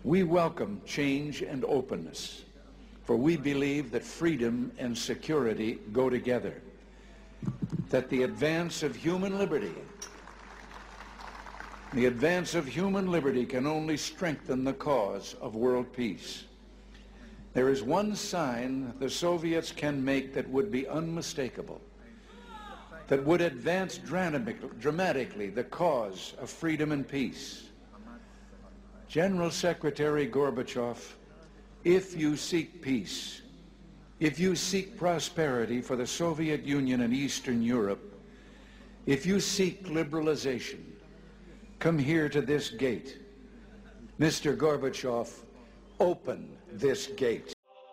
We welcome change and openness, for we believe that freedom and security go together, that the advance of human liberty can only strengthen the cause of world peace. There is one sign the Soviets can make that would be unmistakable, that would advance dramatically the cause of freedom and peace. General Secretary Gorbachev, if you seek peace, if you seek prosperity for the Soviet Union and Eastern Europe, if you seek liberalization, come here to this gate. Mr. Gorbachev, open this gate.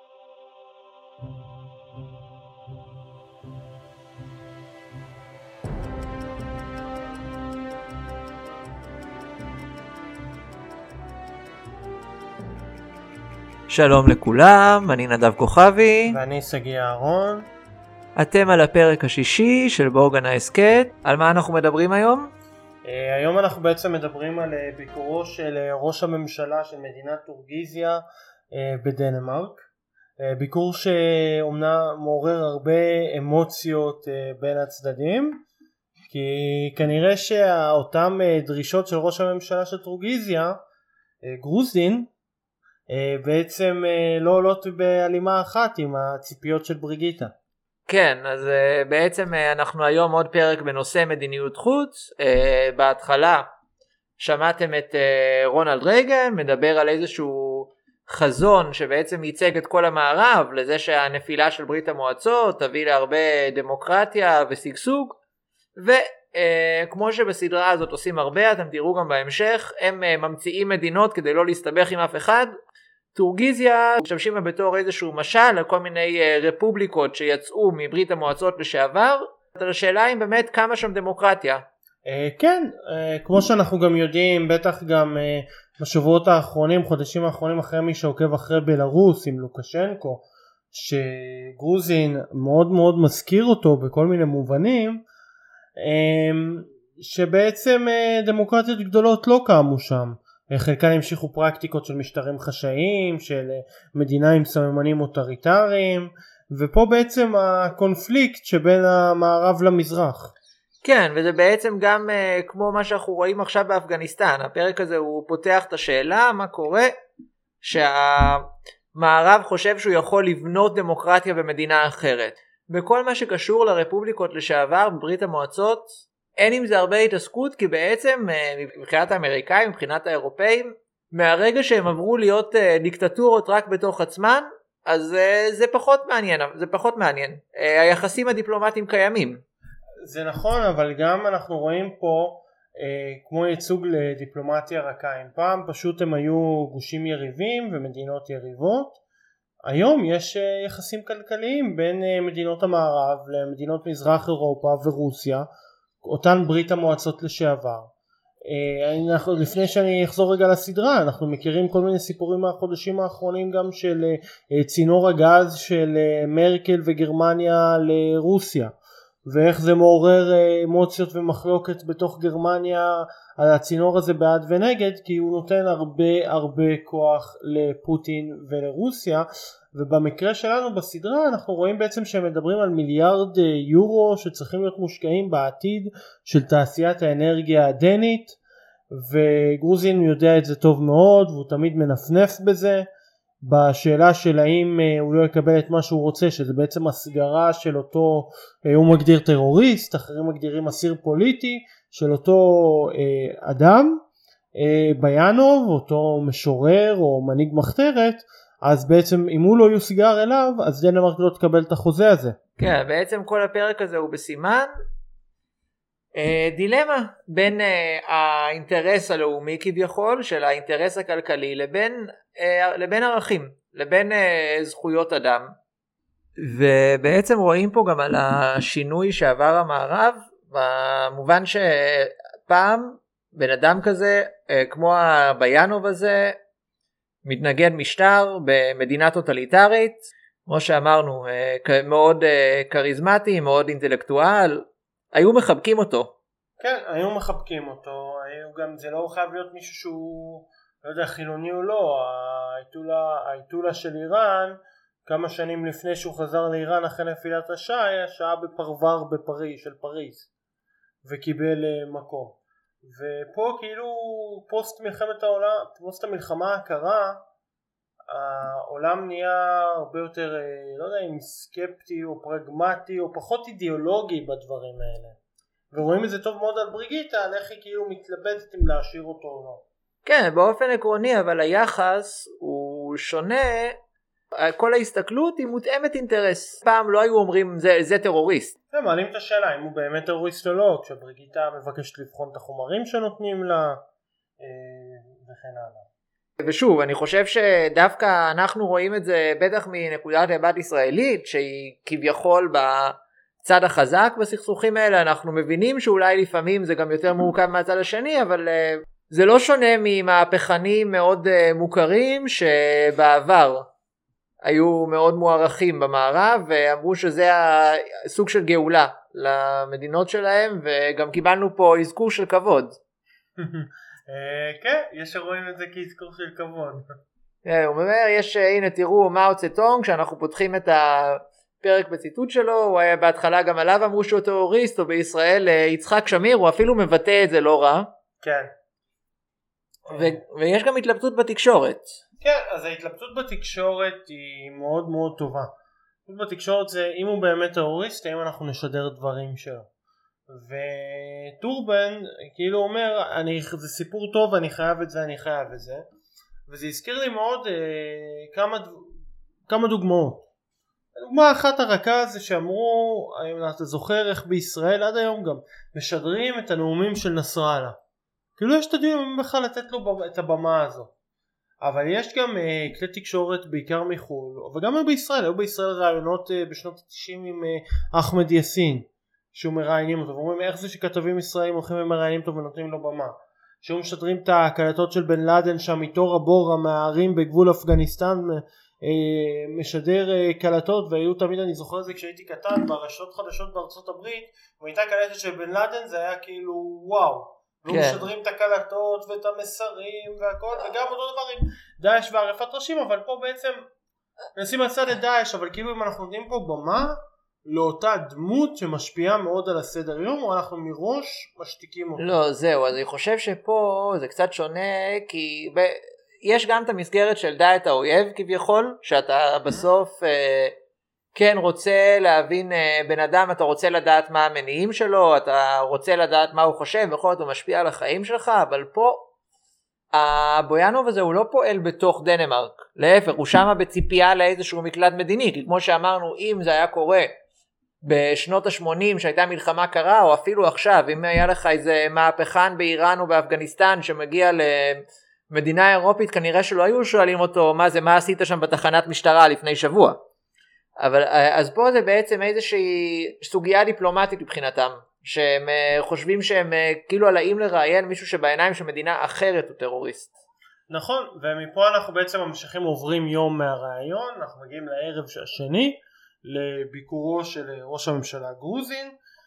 שלום לכולם, אני נדב כוכבי. ואני סגי אהרון. אתם על הפרק השישי של בורגן ההסכת. על מה אנחנו מדברים היום? היום אנחנו בעצם מדברים על ביקורו של ראש הממשלה של מדינת טורגיזיה בדנמרק. ביקור שאומנם מעורר הרבה אמוציות בין הצדדים, כי כנראה שאותם דרישות של ראש הממשלה של טורגיזיה, גרוזין, בעצם לא עולות בהלימה אחת עם הציפיות של בריגיטה. כן, אז בעצם אנחנו היום עוד פרק בנושא מדיניות חוץ. בהתחלה שמעתם את רונלד רייגן מדבר על איזשהו חזון שבעצם ייצג את כל המערב לזה שהנפילה של ברית המועצות תביא להרבה דמוקרטיה ושגשוג, וכמו שבסדרה הזאת עושים הרבה, אתם תראו גם בהמשך, הם ממציאים מדינות כדי לא להסתבך עם אף אחד. טורגיזיה משתמשים בתור איזשהו משל לכל מיני רפובליקות שיצאו מברית המועצות לשעבר. השאלה אם באמת כמה שם דמוקרטיה. כן, כמו שאנחנו גם יודעים, בטח גם בשבועות האחרונים, חודשים האחרונים, אחרי מי שעוקב אחרי בלרוס עם לוקשנקו, שגרוזין מאוד מאוד מזכיר אותו בכל מיני מובנים, שבעצם דמוקרטיות גדולות לא קמו שם. חלקן המשיכו פרקטיקות של משטרים חשאיים, של מדינה עם סממנים אוטוריטריים, ופה בעצם הקונפליקט שבין המערב למזרח. כן, וזה בעצם גם כמו מה שאנחנו רואים עכשיו באפגניסטן. הפרק הזה הוא פותח את השאלה מה קורה שהמערב חושב שהוא יכול לבנות דמוקרטיה במדינה אחרת. בכל מה שקשור לרפובליקות לשעבר בברית המועצות, אין עם זה הרבה התעסקות, כי בעצם מבחינת האמריקאים, מבחינת האירופאים, מהרגע שהם עברו להיות דיקטטורות רק בתוך עצמן, אז זה פחות מעניין. היחסים הדיפלומטיים קיימים. זה נכון, אבל גם אנחנו רואים פה כמו ייצוג לדיפלומטיה רכה. פעם פשוט הם היו גושים יריבים ומדינות יריבות. היום יש יחסים כלכליים בין מדינות המערב למדינות מזרח אירופה ורוסיה, אותן ברית המועצות לשעבר. לפני שאני אחזור רגע לסדרה, אנחנו מכירים כל מיני סיפורים מהחודשים האחרונים גם של צינור הגז של מרקל וגרמניה לרוסיה, ואיך זה מעורר אמוציות ומחלוקת בתוך גרמניה על הצינור הזה בעד ונגד, כי הוא נותן הרבה כוח לפוטין ולרוסיה. ובמקרה שלנו בסדרה אנחנו רואים בעצם שהם מדברים על מיליארד יורו שצריכים להיות מושקעים בעתיד של תעשיית האנרגיה הדנית, וגרוזין יודע את זה טוב מאוד והוא תמיד מנפנף בזה, בשאלה של האם הוא לא יקבל את מה שהוא רוצה, שזה בעצם הסגרה של אותו, הוא מגדיר טרוריסט, אחרים מגדירים אסיר פוליטי, של אותו אדם, ביאנוב, אותו משורר או מנהיג מחתרת. אז בעצם אם הוא לא יוסגר אליו, אז דנמרק לא תקבל את החוזה הזה. כן, בעצם כל הפרק הזה הוא בסימן דילמה בין האינטרס הלאומי כביכול, של האינטרס הכלכלי, לבין ערכים, לבין זכויות אדם. ובעצם רואים פה גם על השינוי שעבר המערב, במובן שפעם בן אדם כזה, כמו הביאנוב הזה, מתנגד משטר במדינה טוטליטרית, כמו שאמרנו, מאוד קריזמטי, מאוד אינטלקטואל, היו מחבקים אותו. כן, היו מחבקים אותו, גם זה לא חייב להיות מישהו שהוא לא יודע חילוני או לא, האייתולה של איראן, כמה שנים לפני שהוא חזר לאיראן אחרי נפילת השאה, שעה בפרבר של פריז, וקיבל מקום. ופה כאילו פוסט המלחמה הקרה, העולם נהיה הרבה יותר, לא יודע אם סקפטי או פרגמטי או פחות אידיאולוגי בדברים האלה. ורואים את זה טוב מאוד על בריגיטה, על איך היא כאילו מתלבטת אם להשאיר אותו או לא. כן, באופן עקרוני, אבל היחס הוא שונה. כל ההסתכלות היא מותאמת אינטרס. פעם לא היו אומרים זה טרוריסט. מעלים את השאלה אם הוא באמת טרוריסט או לא, כשבריגיטה מבקשת לבחון את החומרים שנותנים לה וכן הלאה. ושוב, אני חושב שדווקא אנחנו רואים את זה בטח מנקודת מבט ישראלית, שהיא כביכול בצד החזק בסכסוכים האלה. אנחנו מבינים שאולי לפעמים זה גם יותר מורכב מהצד השני, אבל זה לא שונה ממהפכנים מאוד מוכרים שבעבר היו מאוד מוערכים במערב, ואמרו שזה הסוג של גאולה למדינות שלהם, וגם קיבלנו פה אזכור של כבוד. כן, יש שרואים את זה כאזכור של כבוד. הוא אומר, הנה תראו מאו צטונג, כשאנחנו פותחים את הפרק בציטוט שלו, הוא היה בהתחלה גם עליו אמרו שהוא טרוריסט, או בישראל יצחק שמיר, הוא אפילו מבטא את זה לא רע. כן. ויש גם התלבטות בתקשורת. כן, אז ההתלבטות בתקשורת היא מאוד מאוד טובה. ההתלבטות בתקשורת זה אם הוא באמת טרוריסט, האם אנחנו נשדר דברים שלו. וטורבן כאילו אומר, זה סיפור טוב, אני חייב את זה, אני חייב את זה. וזה הזכיר לי מאוד כמה דוגמאות. דוגמה אחת הרכה זה שאמרו, אתה זוכר איך בישראל עד היום גם משדרים את הנאומים של נסראללה. כאילו יש תדעים בכלל לתת לו את הבמה הזו. אבל יש גם כלי תקשורת בעיקר מחול, וגם בישראל, היו בישראל רעיונות בשנות ה-90 עם אחמד יאסין, שהוא מראיינים אותו, ואומרים איך זה שכתבים ישראלים הולכים ומראיינים אותו ונותנים לו במה. שהוא משדרים את ההקלטות של בן לאדן שם מתור הבורה מהערים בגבול אפגניסטן, משדר קלטות, והיו תמיד, אני זוכר את זה כשהייתי קטן, ברשתות חדשות בארצות הברית, והייתה קלטת של בן לאדן, זה היה כאילו וואו. והוא משדרים את הקלטות ואת המסרים והכל, וגם אותו דבר עם דאעש ועריפת ראשים, אבל פה בעצם נשים על צד את דאעש, אבל כאילו אם אנחנו נותנים פה במה לאותה דמות שמשפיעה מאוד על הסדר יום, או אנחנו מראש משתיקים אותו. לא, זהו, אז אני חושב שפה זה קצת שונה, כי יש גם את המסגרת של דע את האויב כביכול, שאתה בסוף כן רוצה להבין בן אדם, אתה רוצה לדעת מה המניעים שלו, אתה רוצה לדעת מה הוא חושב, וכל זאת הוא משפיע על החיים שלך, אבל פה הבויאנוב הזה הוא לא פועל בתוך דנמרק, להפך, הוא שמה בציפייה לאיזשהו מקלט מדיני, כי כמו שאמרנו, אם זה היה קורה בשנות ה-80 שהייתה מלחמה קרה, או אפילו עכשיו, אם היה לך איזה מהפכן באיראן או באפגניסטן שמגיע למדינה אירופית, כנראה שלא היו שואלים אותו מה עשית שם בתחנת משטרה לפני שבוע. אבל אז פה זה בעצם איזושהי סוגיה דיפלומטית מבחינתם, שהם חושבים שהם כאילו עלאים לראיין מישהו שבעיניים של מדינה אחרת הוא טרוריסט. נכון, ומפה אנחנו בעצם ממשיכים עוברים יום מהראיון, אנחנו מגיעים לערב השני לביקורו של ראש הממשלה גרוזין,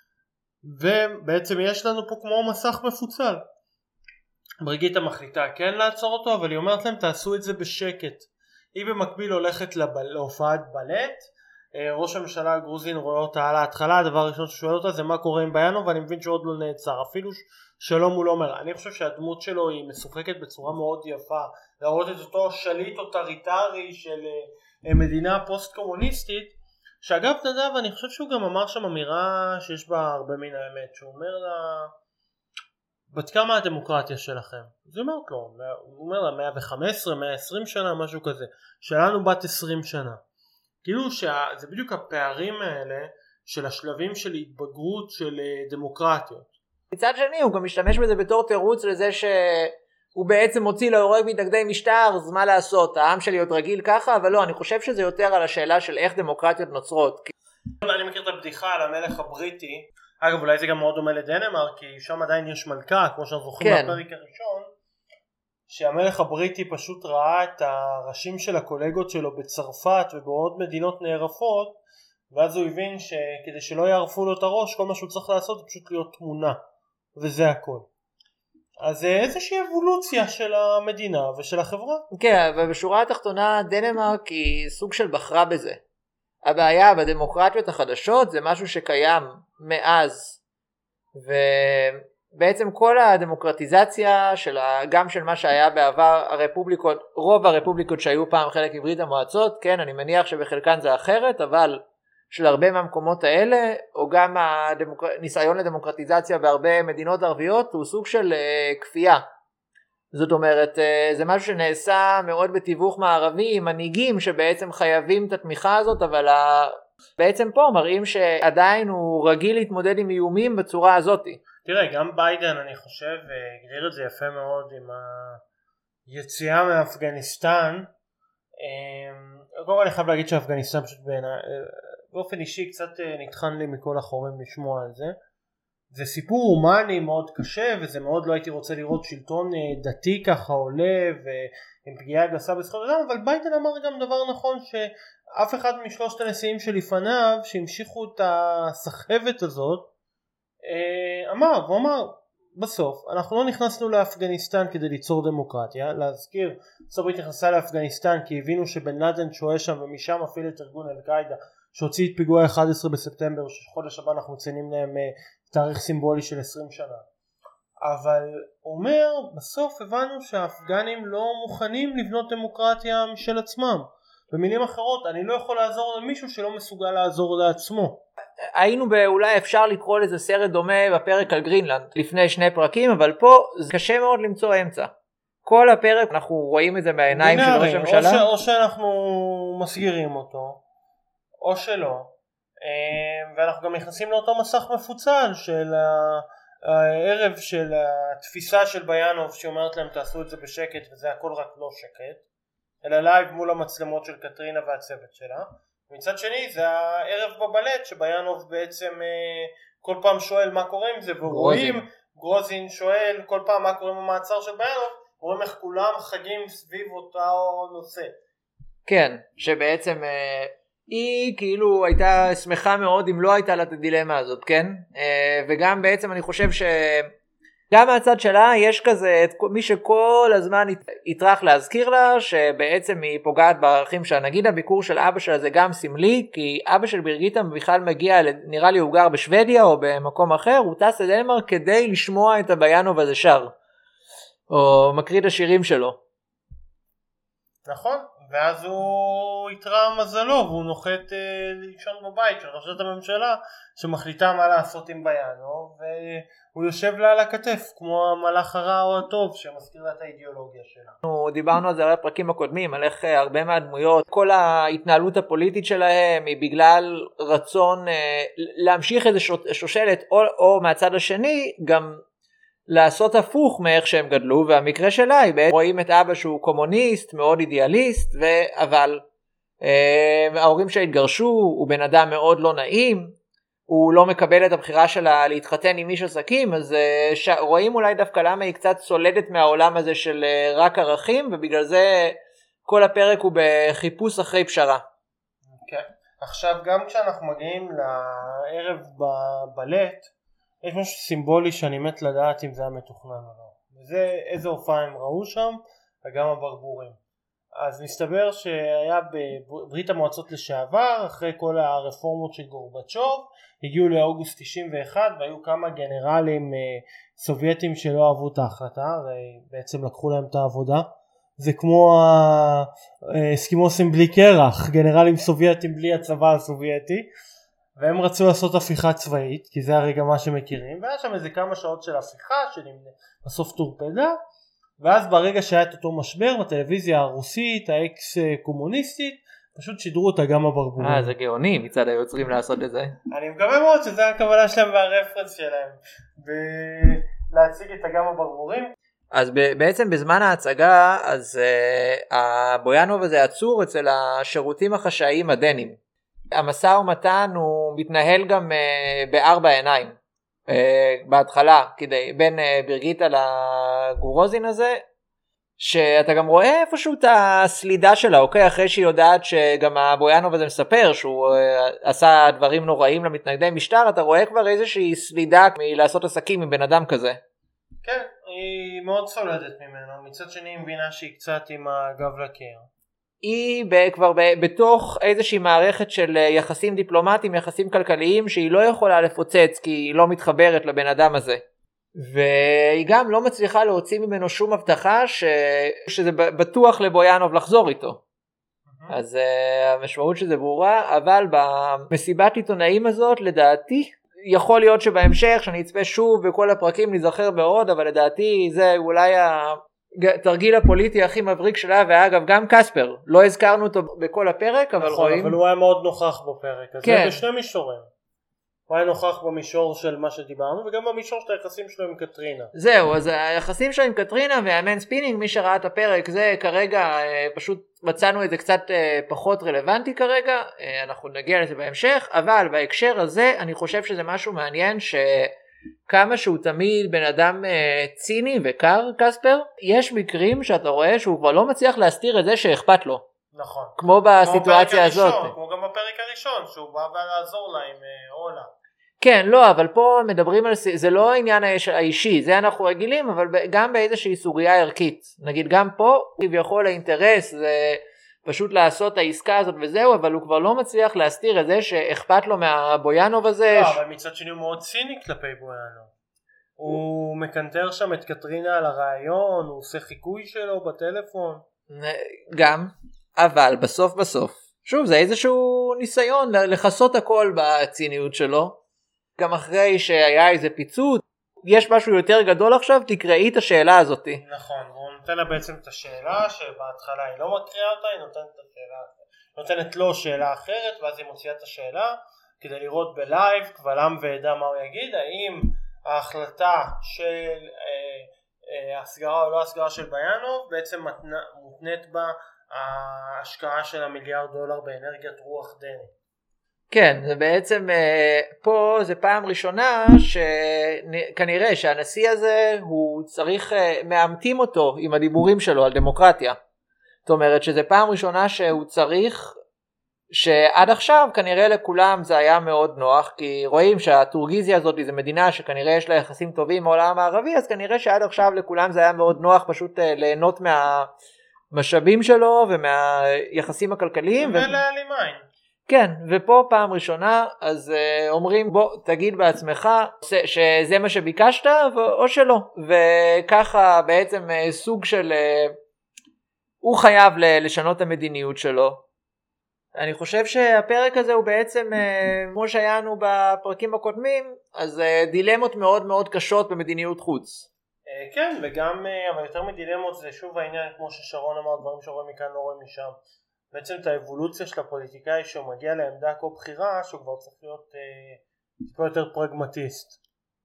ובעצם יש לנו פה כמו מסך מפוצל. בריגיטה מחליטה כן לעצור אותו, אבל היא אומרת להם תעשו את זה בשקט. היא במקביל הולכת להופעת בלט, ראש הממשלה הגרוזין רואה אותה על ההתחלה, הדבר הראשון ששואל אותה זה מה קורה עם ביאנו, ואני מבין שעוד לא נעצר, אפילו שלום הוא לא אומר. אני חושב שהדמות שלו היא משוחקת בצורה מאוד יפה, להראות את אותו שליט אוטוריטרי של מדינה פוסט קומוניסטית, שאגב נדב אני חושב שהוא גם אמר שם אמירה שיש בה הרבה מן האמת, שהוא אומר לה בת כמה הדמוקרטיה שלכם? זה אומרת לו, הוא אומר לה 115, 120 שנה, משהו כזה, שלנו בת 20 שנה. כאילו שזה בדיוק הפערים האלה של השלבים של התבגרות של דמוקרטיות. מצד שני הוא גם משתמש בזה בתור תירוץ לזה שהוא בעצם מוציא להורג מתנגדי משטר, אז מה לעשות, העם שלי עוד רגיל ככה, אבל לא, אני חושב שזה יותר על השאלה של איך דמוקרטיות נוצרות. אני מכיר את הבדיחה על המלך הבריטי, אגב אולי זה גם מאוד דומה לדנמרק, כי שם עדיין יש מלכה, כמו שאנחנו זוכרים בפרק הראשון, שהמלך הבריטי פשוט ראה את הראשים של הקולגות שלו בצרפת ובעוד מדינות נערפות, ואז הוא הבין שכדי שלא יערפו לו את הראש, כל מה שהוא צריך לעשות זה פשוט להיות תמונה, וזה הכל. אז זה איזושהי אבולוציה של המדינה ושל החברה. כן, ובשורה התחתונה דנמרק היא סוג של בחרה בזה. הבעיה בדמוקרטיות החדשות זה משהו שקיים מאז, ובעצם כל הדמוקרטיזציה גם של מה שהיה בעבר הרפובליקות, רוב הרפובליקות שהיו פעם חלק מברית המועצות, כן, אני מניח שבחלקן זה אחרת, אבל של הרבה מהמקומות האלה, או גם הניסיון לדמוקרטיזציה בהרבה מדינות ערביות, הוא סוג של כפייה. זאת אומרת, זה משהו שנעשה מאוד בתיווך מערבי, עם מנהיגים שבעצם חייבים את התמיכה הזאת, אבל בעצם פה מראים שעדיין הוא רגיל להתמודד עם איומים בצורה הזאת. תראה, גם ביידן אני חושב, הגדיר את זה יפה מאוד עם היציאה מאפגניסטן. קודם כל אני חייב להגיד שאפגניסטן פשוט באופן אישי קצת נטחן לי מכל החורים לשמוע על זה. זה סיפור הומני מאוד קשה, וזה מאוד לא הייתי רוצה לראות שלטון דתי ככה עולה ועם פגיעה גסה בזכויות אדם, אבל ביידן אמר גם דבר נכון, שאף אחד משלושת הנשיאים שלפניו שהמשיכו את הסחבת הזאת הוא אמר בסוף אנחנו לא נכנסנו לאפגניסטן כדי ליצור דמוקרטיה. להזכיר, ארצות הברית נכנסה לאפגניסטן כי הבינו שבן לאדן שוהה שם, ומשם מפעיל את ארגון אל-קאעידה שהוציא את פיגוע 11 בספטמבר, שחודש הבא אנחנו מציינים להם תאריך סימבולי של 20 שנה. אבל אומר, בסוף הבנו שהאפגנים לא מוכנים לבנות דמוקרטיה משל עצמם. במילים אחרות, אני לא יכול לעזור למישהו שלא מסוגל לעזור לעצמו. היינו אולי אפשר לקרוא לזה סרט דומה בפרק על גרינלנד לפני 2 פרקים, אבל פה זה קשה מאוד למצוא אמצע. כל הפרק אנחנו רואים את זה מהעיניים של ראש הממשלה. או שאנחנו מסגירים אותו, או שלא. ואנחנו גם נכנסים לאותו מסך מפוצל של הערב של התפיסה של ביאנוב שאומרת להם תעשו את זה בשקט, וזה הכל רק לא שקט, אלא לייב מול המצלמות של קטרינה והצוות שלה. מצד שני זה הערב בבלט שביאנוב בעצם כל פעם שואל מה קורה עם זה, ורואים גרוזין שואל כל פעם מה קורה עם המעצר של ביאנוב, רואים איך כולם חגים סביב אותו נושא. כן, שבעצם היא כאילו הייתה שמחה מאוד אם לא הייתה לה את הדילמה הזאת, כן? וגם בעצם אני חושב שגם מהצד שלה יש כזה את מי שכל הזמן יטרח להזכיר לה שבעצם היא פוגעת בערכים שלה. נגיד הביקור של אבא שלה זה גם סמלי, כי אבא של ברגיטה בכלל מגיע, נראה לי הוא גר בשוודיה או במקום אחר, הוא טס לדנמרק כדי לשמוע את הביאנוב הזה שר, או מקריא את השירים שלו. נכון, ואז הוא יתרע מזלו והוא נוחת לישון בבית של ראשת הממשלה שמחליטה מה לעשות עם ביאנוב, והוא יושב לה על הכתף כמו המלאך הרע או הטוב שמזכיר לה את האידיאולוגיה שלה. אנחנו דיברנו על זה בפרקים הקודמים, על איך הרבה מהדמויות, כל ההתנהלות הפוליטית שלהם היא בגלל רצון להמשיך איזה שושלת, או מהצד השני גם לעשות הפוך מאיך שהם גדלו, והמקרה שלה היא בעצם רואים את אבא שהוא קומוניסט, מאוד אידיאליסט, אבל ההורים שלה התגרשו, הוא בן אדם מאוד לא נעים, הוא לא מקבל את הבחירה שלה להתחתן עם איש עסקים, אז רואים אולי דווקא למה היא קצת סולדת מהעולם הזה של רק ערכים, ובגלל זה כל הפרק הוא בחיפוש אחרי פשרה. כן, עכשיו גם כשאנחנו מגיעים לערב בבלט, יש משהו סימבולי שאני מת לדעת אם זה היה מתוכנן או לא. וזה איזה הופעה הם ראו שם, וגם הברבורים. אז מסתבר שהיה בברית המועצות לשעבר, אחרי כל הרפורמות של גורבצ'וב, הגיעו לאוגוסט 91, והיו כמה גנרלים סובייטים שלא אהבו את ההחלטה, הרי בעצם לקחו להם את העבודה. זה כמו האסקימוסים בלי קרח, גנרלים סובייטים בלי הצבא הסובייטי. והם רצו לעשות הפיכה צבאית, כי זה הרי גם מה שמכירים, והיה שם איזה כמה שעות של הפיכה, בסוף טורפדה, ואז ברגע שהיה את אותו משבר, בטלוויזיה הרוסית, האקס קומוניסטית, פשוט שידרו אותה גם הברבורים. זה גאוני מצד היוצרים לעשות את זה. אני מקווה מאוד שזה הכוונה שלהם והרפרנס שלהם, ולהציג את גם הברבורים. אז בעצם בזמן ההצגה, אז הבויאנוב הזה עצור אצל השירותים החשאיים הדנים. המשא ומתן הוא מתנהל גם בארבע עיניים בהתחלה בין ברגיטה לגורוזין הזה, שאתה גם רואה איפשהו את הסלידה שלה, אוקיי? אחרי שהיא יודעת שגם הבויאנוב הזה מספר שהוא עשה דברים נוראים למתנגדי משטר, אתה רואה כבר איזושהי סלידה מלעשות עסקים עם בן אדם כזה. כן, היא מאוד סולדת ממנו, מצד שני היא מבינה שהיא קצת עם הגב לקיר. היא כבר בתוך איזושהי מערכת של יחסים דיפלומטיים, יחסים כלכליים, שהיא לא יכולה לפוצץ כי היא לא מתחברת לבן אדם הזה. והיא גם לא מצליחה להוציא ממנו שום הבטחה שזה בטוח לבויאנוב לחזור איתו. אז המשמעות שזה ברורה, אבל במסיבת עיתונאים הזאת לדעתי, יכול להיות שבהמשך שאני אצפה שוב בכל הפרקים נזכר בעוד, אבל לדעתי זה אולי התרגיל הפוליטי הכי מבריק שלה, ואגב גם קספר, לא הזכרנו אותו בכל הפרק, אבל נכון, רואים... אבל הוא היה מאוד נוכח בפרק, אז כן. זה בשני מישורים. הוא היה נוכח במישור של מה שדיברנו, וגם במישור של היחסים שלו עם קטרינה. זהו, אז היחסים שלו עם קטרינה והמן ספינינג, מי שראה את הפרק, זה כרגע פשוט מצאנו את זה קצת פחות רלוונטי כרגע, אנחנו נגיע לזה בהמשך, אבל בהקשר הזה אני חושב שזה משהו מעניין שכמה שהוא תמיד בן אדם ציני וקר, קספר, יש מקרים שאתה רואה שהוא כבר לא מצליח להסתיר את זה שאכפת לו. נכון. כמו בסיטואציה הזאת. כמו גם בפרק הראשון, שהוא בא לעזור לה עם אולה. כן, לא, אבל פה מדברים על זה לא העניין האישי, זה אנחנו רגילים, אבל גם באיזושהי סוגיה ערכית. נגיד גם פה, כביכול האינטרס זה פשוט לעשות את העסקה הזאת וזהו, אבל הוא כבר לא מצליח להסתיר את זה שאכפת לו מהבויאנוב הזה. לא, אבל מצד שני הוא מאוד ציני כלפי בויאנוב. הוא מקנטר שם את קטרינה על הרעיון, הוא עושה חיקוי שלו בטלפון. גם, אבל בסוף, שוב, זה איזשהו ניסיון לחסות הכל בציניות שלו. גם אחרי שהיה איזה פיצוץ, יש משהו יותר גדול עכשיו, תקראי את השאלה הזאת. נכון, הוא נותן לה בעצם את השאלה, שבהתחלה היא לא מקריאה אותה, היא נותנת לו שאלה אחרת, ואז היא מוציאה את השאלה, כדי לראות בלייב, קבל עם ועדה מה הוא יגיד, האם ההחלטה של הסגרה או לא הסגרה של בויאנוב, בעצם מותנית בה ההשקעה של $1 מיליארד באנרגיית רוח דנית. כן, זה בעצם פה זה פעם ראשונה שכנראה שהנשיא הזה הוא צריך, מאמתים אותו עם הדיבורים שלו על דמוקרטיה. זאת אומרת שזה פעם ראשונה שהוא צריך, שעד עכשיו כנראה לכולם זה היה מאוד נוח, כי רואים שהטורגיזיה הזאת זה מדינה שכנראה יש לה יחסים טובים מעולם הערבי, אז כנראה שעד עכשיו לכולם זה היה מאוד נוח פשוט ליהנות מהמשאבים שלו ומהיחסים הכלכליים. ולא לי מים. כן, ופה פעם ראשונה, אז אומרים בוא תגיד בעצמך שזה מה שביקשת או שלא, וככה בעצם סוג של, הוא חייב לשנות את המדיניות שלו. אני חושב שהפרק הזה הוא בעצם, כמו שהיינו בפרקים הקודמים, אז דילמות מאוד מאוד קשות במדיניות חוץ. כן, וגם, אבל יותר מדילמות זה שוב העניין, כמו ששרון אמר, דברים שרואים מכאן לא רואים משם. בעצם את האבולוציה של הפוליטיקאי שהוא מגיע לעמדה כה בחירה שהוא כבר צריך להיות טיפה יותר פרגמטיסט.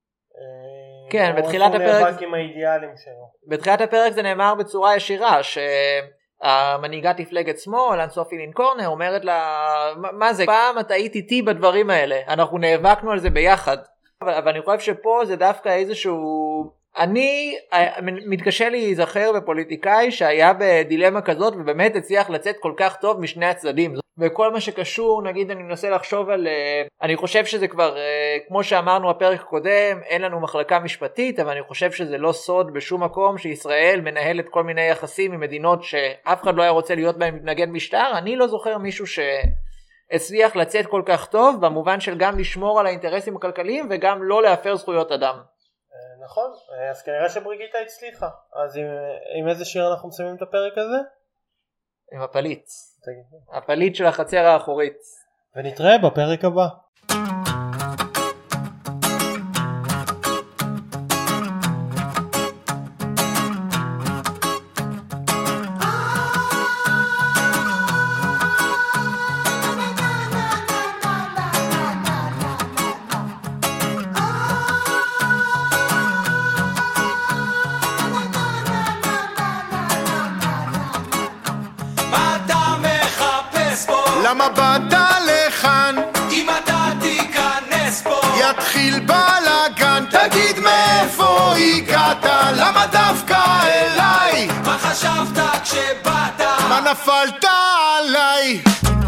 כן, בתחילת הפרק נאבק עם האידיאלים שלו. בתחילת הפרק זה נאמר בצורה ישירה שהמנהיגת מפלגת שמאל, אנסופי לינקורנר, אומרת לה מה זה, פעם אתה היית איתי בדברים האלה, אנחנו נאבקנו על זה ביחד. אבל אני חושב שפה זה דווקא איזשהו, אני מתקשה להיזכר בפוליטיקאי שהיה בדילמה כזאת ובאמת הצליח לצאת כל כך טוב משני הצדדים. וכל מה שקשור, נגיד אני מנסה לחשוב על, אני חושב שזה כבר, כמו שאמרנו הפרק הקודם, אין לנו מחלקה משפטית, אבל אני חושב שזה לא סוד בשום מקום שישראל מנהלת כל מיני יחסים עם מדינות שאף אחד לא היה רוצה להיות בהם מתנגד משטר. אני לא זוכר מישהו שהצליח לצאת כל כך טוב, במובן של גם לשמור על האינטרסים הכלכליים וגם לא להפר זכויות אדם. נכון, אז כנראה שבריגיטה הצליחה. אז עם איזה שיר אנחנו מסיימים את הפרק הזה? עם הפליט. הפליט של החצר האחורית. ונתראה בפרק הבא. למה באת לכאן? אם אתה תיכנס פה יתחיל בלגן, תגיד מאיפה הגעת? למה דווקא אליי? מה חשבת כשבאת? מה נפלת עליי?